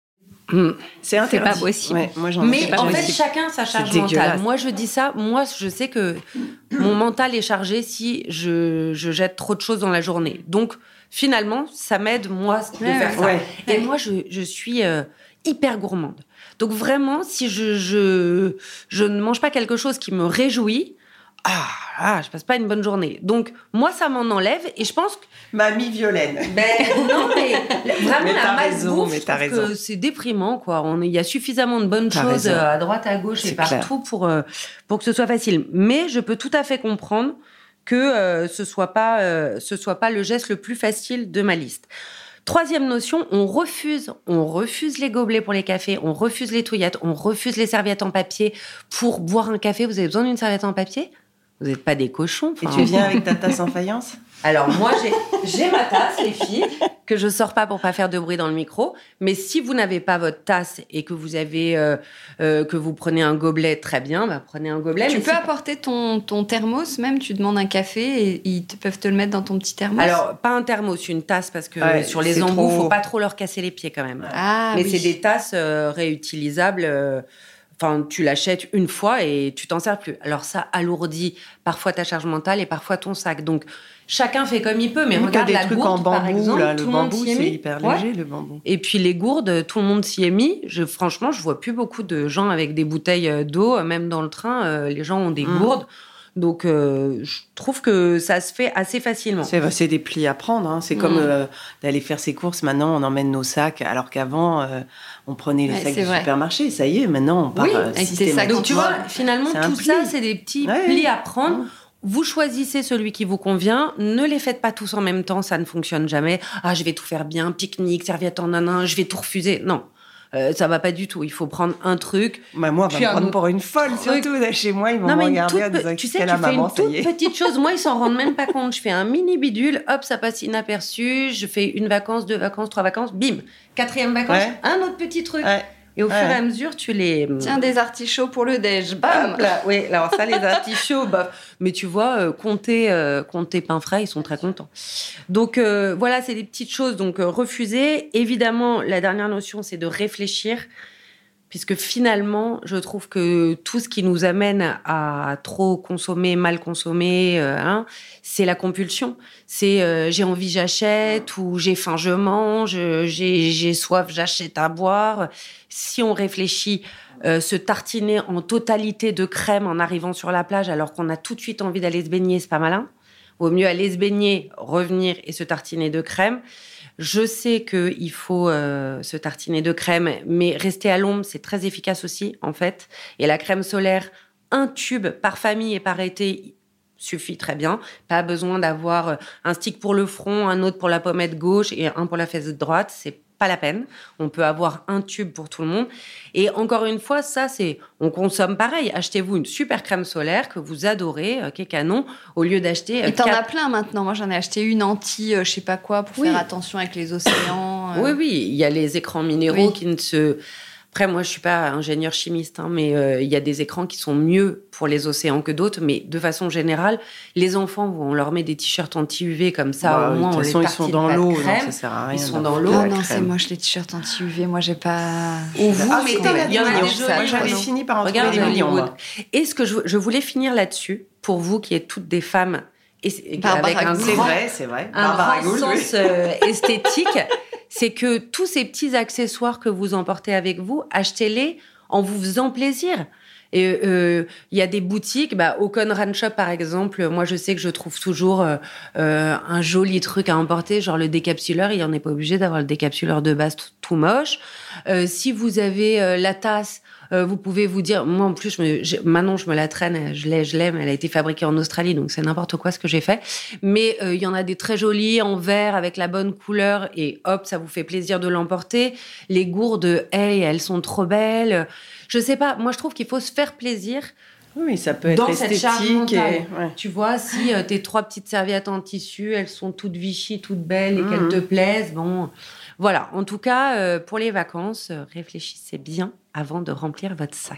Mmh. C'est interdit. C'est pas possible. Ouais, moi, j'en Mais pas en fait, possible. chacun sa charge C'est mentale. dégueulasse. Moi, je dis ça. Moi, je sais que mon mental est chargé si je, je jette trop de choses dans la journée. Donc, finalement, ça m'aide, moi, de Ouais, faire ouais. ça. Ouais. Et moi, je, je suis euh, hyper gourmande. Donc, vraiment, si je, je, je ne mange pas quelque chose qui me réjouit, ah, ah, je passe pas une bonne journée. Donc, moi, ça m'en enlève. Et je pense que Mamie Violaine. ben non, mais vraiment Mais la t'as malbouffe, raison, mais je t'as trouve raison. que c'est déprimant, quoi. On il y a suffisamment de bonnes T'as choses raison. euh, à droite, à gauche et C'est partout pour euh, pour que ce soit facile. Mais je peux tout à fait comprendre que euh, ce soit pas euh, ce soit pas le geste le plus facile de ma liste. Troisième notion, on refuse, on refuse les gobelets pour les cafés, on refuse les touillettes, on refuse les serviettes en papier pour boire un café. Vous avez besoin d'une serviette en papier ? Vous n'êtes pas des cochons. Et enfin. tu viens avec ta tasse en faïence? Alors moi, j'ai, j'ai ma tasse, les filles, que je sors pas pour pas faire de bruit dans le micro. Mais si vous n'avez pas votre tasse et que vous avez euh, euh, que vous prenez un gobelet, très bien, bah prenez un gobelet. Tu mais peux si- apporter ton, ton thermos, même, tu demandes un café et ils te, peuvent te le mettre dans ton petit thermos. Alors pas un thermos, une tasse parce que Ouais, sur les c'est embouts, trop- faut pas trop leur casser les pieds quand même. ah, mais oui. c'est des tasses euh, réutilisables. euh, Enfin, tu l'achètes une fois et tu t'en sers plus. Alors ça alourdit parfois ta charge mentale et parfois ton sac. Donc chacun fait comme il peut. Mais T'as regarde des la trucs gourde en par bambou, exemple. là. tout Le monde bambou, s'y est c'est mis. hyper Ouais. léger, le bambou. Et puis les gourdes, tout le monde s'y est mis. Je, franchement, je vois plus beaucoup de gens avec des bouteilles euh, d'eau, même dans le train. euh, les gens ont des Mm. gourdes. Donc, euh, je trouve que ça se fait assez facilement. C'est, c'est des plis à prendre. Hein. C'est Mm. comme euh, d'aller faire ses courses. Maintenant, on emmène nos sacs, alors qu'avant, euh, on prenait les Ouais, sacs c'est du vrai. supermarché. Ça y est, maintenant, on part Oui, euh, avec tes sacs systématiquement. Donc, tu vois, finalement, C'est un tout pli. ça, c'est des petits Ouais. plis à prendre. Mm. Vous choisissez celui qui vous convient. Ne les faites pas tous en même temps, ça ne fonctionne jamais. Ah, je vais tout faire bien, pique-nique, serviette en nanan, je vais tout refuser. Non, euh, ça va pas du tout. Il faut prendre un truc. Bah, moi, on va Puis me un prendre autre pour une folle, truc. surtout. Là, chez moi, ils vont Non, me mais une regarder toute en pe- disant tu sais, quelle tu fais maman, une ça y toute est. petite chose. Moi, ils s'en rendent même pas compte. Je fais un mini bidule, hop, ça passe inaperçu. Je fais une vacance, deux vacances, trois vacances, bim. Quatrième vacance, Ouais. un autre petit truc. Ouais. Et au Ouais. fur et à mesure, tu les... Tiens, des artichauts pour le déj, bam. Hop là, oui, alors ça, les artichauts, bof. Mais tu vois, euh, compter, euh, compter pain frais, ils sont très contents. Donc, euh, voilà, c'est des petites choses. Donc, euh, refuser. Évidemment, la dernière notion, c'est de réfléchir. Puisque finalement, je trouve que tout ce qui nous amène à trop consommer, mal consommer, euh, hein, c'est la compulsion. C'est euh, j'ai envie, j'achète, ou j'ai faim, je mange, j'ai, j'ai soif, j'achète à boire. Si on réfléchit, euh, se tartiner en totalité de crème en arrivant sur la plage alors qu'on a tout de suite envie d'aller se baigner, c'est pas malin. Vaut mieux aller se baigner, revenir et se tartiner de crème. Je sais qu'il faut euh, se tartiner de crème, mais rester à l'ombre, c'est très efficace aussi, en fait. Et la crème solaire, un tube par famille et par été suffit très bien. Pas besoin d'avoir un stick pour le front, un autre pour la pommette gauche et un pour la fesse droite. C'est pas la peine. On peut avoir un tube pour tout le monde. Et encore une fois, ça, c'est, on consomme pareil. Achetez-vous une super crème solaire que vous adorez, euh, qui est canon, au lieu d'acheter. euh, Et t'en quatre- as plein maintenant. Moi, j'en ai acheté une anti, euh, je sais pas quoi, pour Oui. faire attention avec les océans. euh. Oui, oui, il y a les écrans minéraux Oui. qui ne se... Après, moi, je suis pas ingénieur chimiste, hein, mais euh, il y a des écrans qui sont mieux pour les océans que d'autres. Mais de façon générale, les enfants, on leur met des t-shirts anti-U V comme ça, Bah, au moins, de on toute les façon, ils sont tartine dans pas de l'eau, donc crème. ça sert à rien. Ils sont d'en dans foutre l'eau. la Ah non, crème. c'est moche les t-shirts anti-U V. Moi, j'ai pas. Ou vous, Ah, mais mais t'en as il y en a des des mignons. jolis. Moi, j'avais pardon. fini par en Regarde trouver des mignons, Hollywood. moi. Et ce que je, je voulais finir là-dessus, pour vous qui êtes toutes des femmes, et, et Barbara avec un Gould. C'est grand, vrai, c'est vrai. un Barbara grand Gould, oui. sens euh, esthétique, c'est que tous ces petits accessoires que vous emportez avec vous, achetez-les en vous faisant plaisir. Et il euh, y a des boutiques, bah, au Conran Shop par exemple, moi je sais que je trouve toujours euh, euh, un joli truc à emporter, genre le décapsuleur, il n'y en est pas obligé d'avoir le décapsuleur de base tout, tout moche. Euh, si vous avez euh, la tasse, euh, vous pouvez vous dire, moi en plus, je me, je, Manon, je me la traîne, je l'ai, je l'aime, elle a été fabriquée en Australie, donc c'est n'importe quoi ce que j'ai fait. Mais il euh, y en a des très jolis en verre avec la bonne couleur et hop, ça vous fait plaisir de l'emporter. Les gourdes, hey, elles sont trop belles. Je sais pas, moi je trouve qu'il faut se faire plaisir. Oui, ça peut être Dans cette charge esthétique. Et... mentale. ouais. Tu vois, si euh, tes trois petites serviettes en tissu, elles sont toutes Vichy, toutes belles et Mmh. qu'elles te plaisent, bon, voilà. En tout cas, euh, pour les vacances, euh, réfléchissez bien avant de remplir votre sac.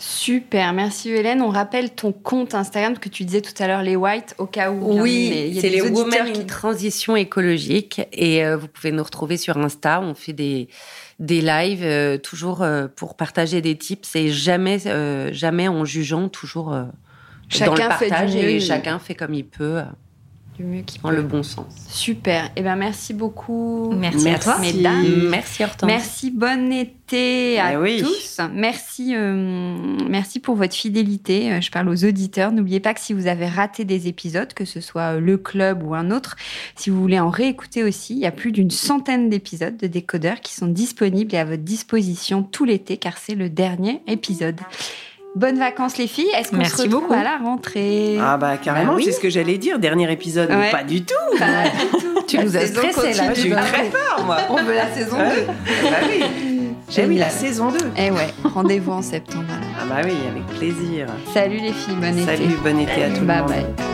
Super, merci Hélène. On rappelle ton compte Instagram que tu disais tout à l'heure, les White, au cas où. Oui, c'est les Women qui... in Transition écologique. Et euh, vous pouvez nous retrouver sur Insta. On fait des, des lives, euh, toujours euh, pour partager des tips et jamais, euh, jamais en jugeant, toujours euh, dans le partage. Et chacun fait comme il peut. Du mieux qu'il dans peut. Le bon sens. Super. Eh ben merci beaucoup. Merci, merci à toi, mesdames. Merci Hortense. Merci, bon été à Mais oui. tous. Merci, euh, merci pour votre fidélité. Je parle aux auditeurs. N'oubliez pas que si vous avez raté des épisodes, que ce soit le club ou un autre, si vous voulez en réécouter aussi, il y a plus d'une centaine d'épisodes de Décodeur qui sont disponibles et à votre disposition tout l'été, car c'est le dernier épisode. Bonnes vacances les filles. Est-ce qu'on Merci se retrouve beaucoup. à la rentrée? Ah bah carrément, Bah oui. c'est ce que j'allais dire, dernier épisode, Ouais. mais pas du tout. Pas du tout. Tu nous as saison stressé, là. Moi, j'ai eu continue. très peur, moi. On veut la saison Ouais. deux. Bah oui. J'ai mis la Génial. saison deux. Eh ouais, rendez-vous en septembre. alors. Ah bah oui, avec plaisir. Salut les filles, bon été. Salut, bon été à tout Bye le monde.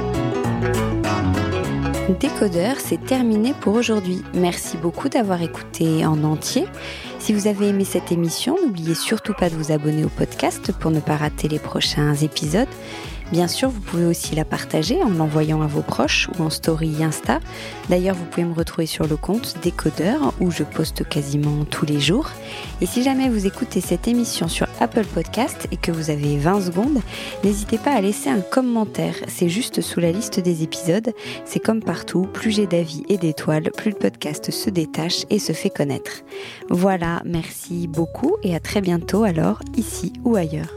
bye. Décodeur, c'est terminé pour aujourd'hui. Merci beaucoup d'avoir écouté en entier. Si vous avez aimé cette émission, n'oubliez surtout pas de vous abonner au podcast pour ne pas rater les prochains épisodes. Bien sûr, vous pouvez aussi la partager en l'envoyant à vos proches ou en story Insta. D'ailleurs, vous pouvez me retrouver sur le compte Décodeur où je poste quasiment tous les jours. Et si jamais vous écoutez cette émission sur Apple Podcast et que vous avez vingt secondes, n'hésitez pas à laisser un commentaire. C'est juste sous la liste des épisodes. C'est comme partout, plus j'ai d'avis et d'étoiles, plus le podcast se détache et se fait connaître. Voilà, merci beaucoup et à très bientôt alors, ici ou ailleurs.